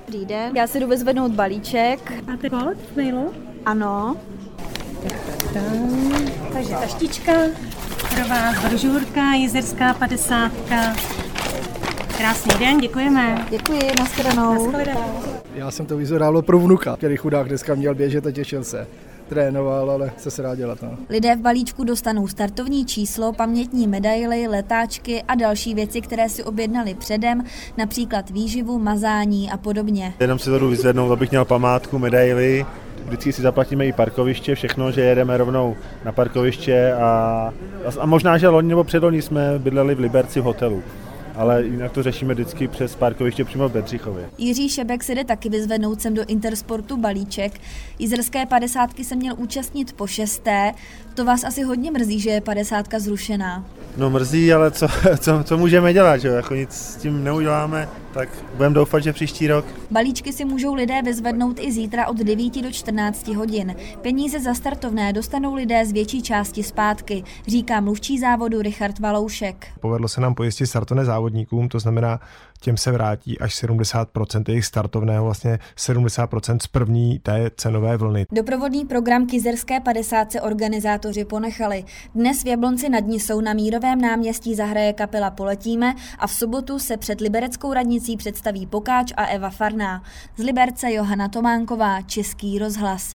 Dobrý den, já si jdu vyzvednout balíček. Máte kód v mailu? Ano. Takže taštička, pro vás brožurka, Jizerská 50. Krásný den, děkujeme. Děkuji, nashledanou. Já jsem to vyzvedával pro vnuka, který chudák dneska měl běžet a těšil se. Trénoval, ale co se dá dělat. No. Lidé v balíčku dostanou startovní číslo, pamětní medaily, letáčky a další věci, které si objednali předem, například výživu, mazání a podobně. Jenom si to jdu vyzvednout, abych měl památku, medaily. Vždycky si zaplatíme i parkoviště, všechno, že jedeme rovnou na parkoviště a možná, že loni nebo předloni jsme bydleli v Liberci v hotelu. Ale jinak to řešíme vždycky přes parkoviště přímo v Bedřichově. Jiří Šebek si jde taky vyzvednout sem do Intersportu balíček. Jizerské 50 se měl účastnit po 6. To vás asi hodně mrzí, že je 50 zrušená. No mrzí, ale co můžeme dělat, že jako nic s tím neuděláme, tak budeme doufat, že příští rok. Balíčky si můžou lidé vyzvednout i zítra od 9 do 14 hodin. Peníze za startovné dostanou lidé z větší části zpátky, říká mluvčí závodu Richard Valoušek. Povedlo se nám pojistit startovné závodníkům, to znamená, těm se vrátí až 70% jejich startovného, vlastně 70% z první té cenové vlny. Doprovodný program k Jizerské 50 organizátoři ponechali. Dnes v Jablonci nad Nisou na Mírovém náměstí zahraje kapela Poletíme a v sobotu se před libereckou radnicí představí Pokáč a Eva Farná. Z Liberce Johana Tománková, Český rozhlas.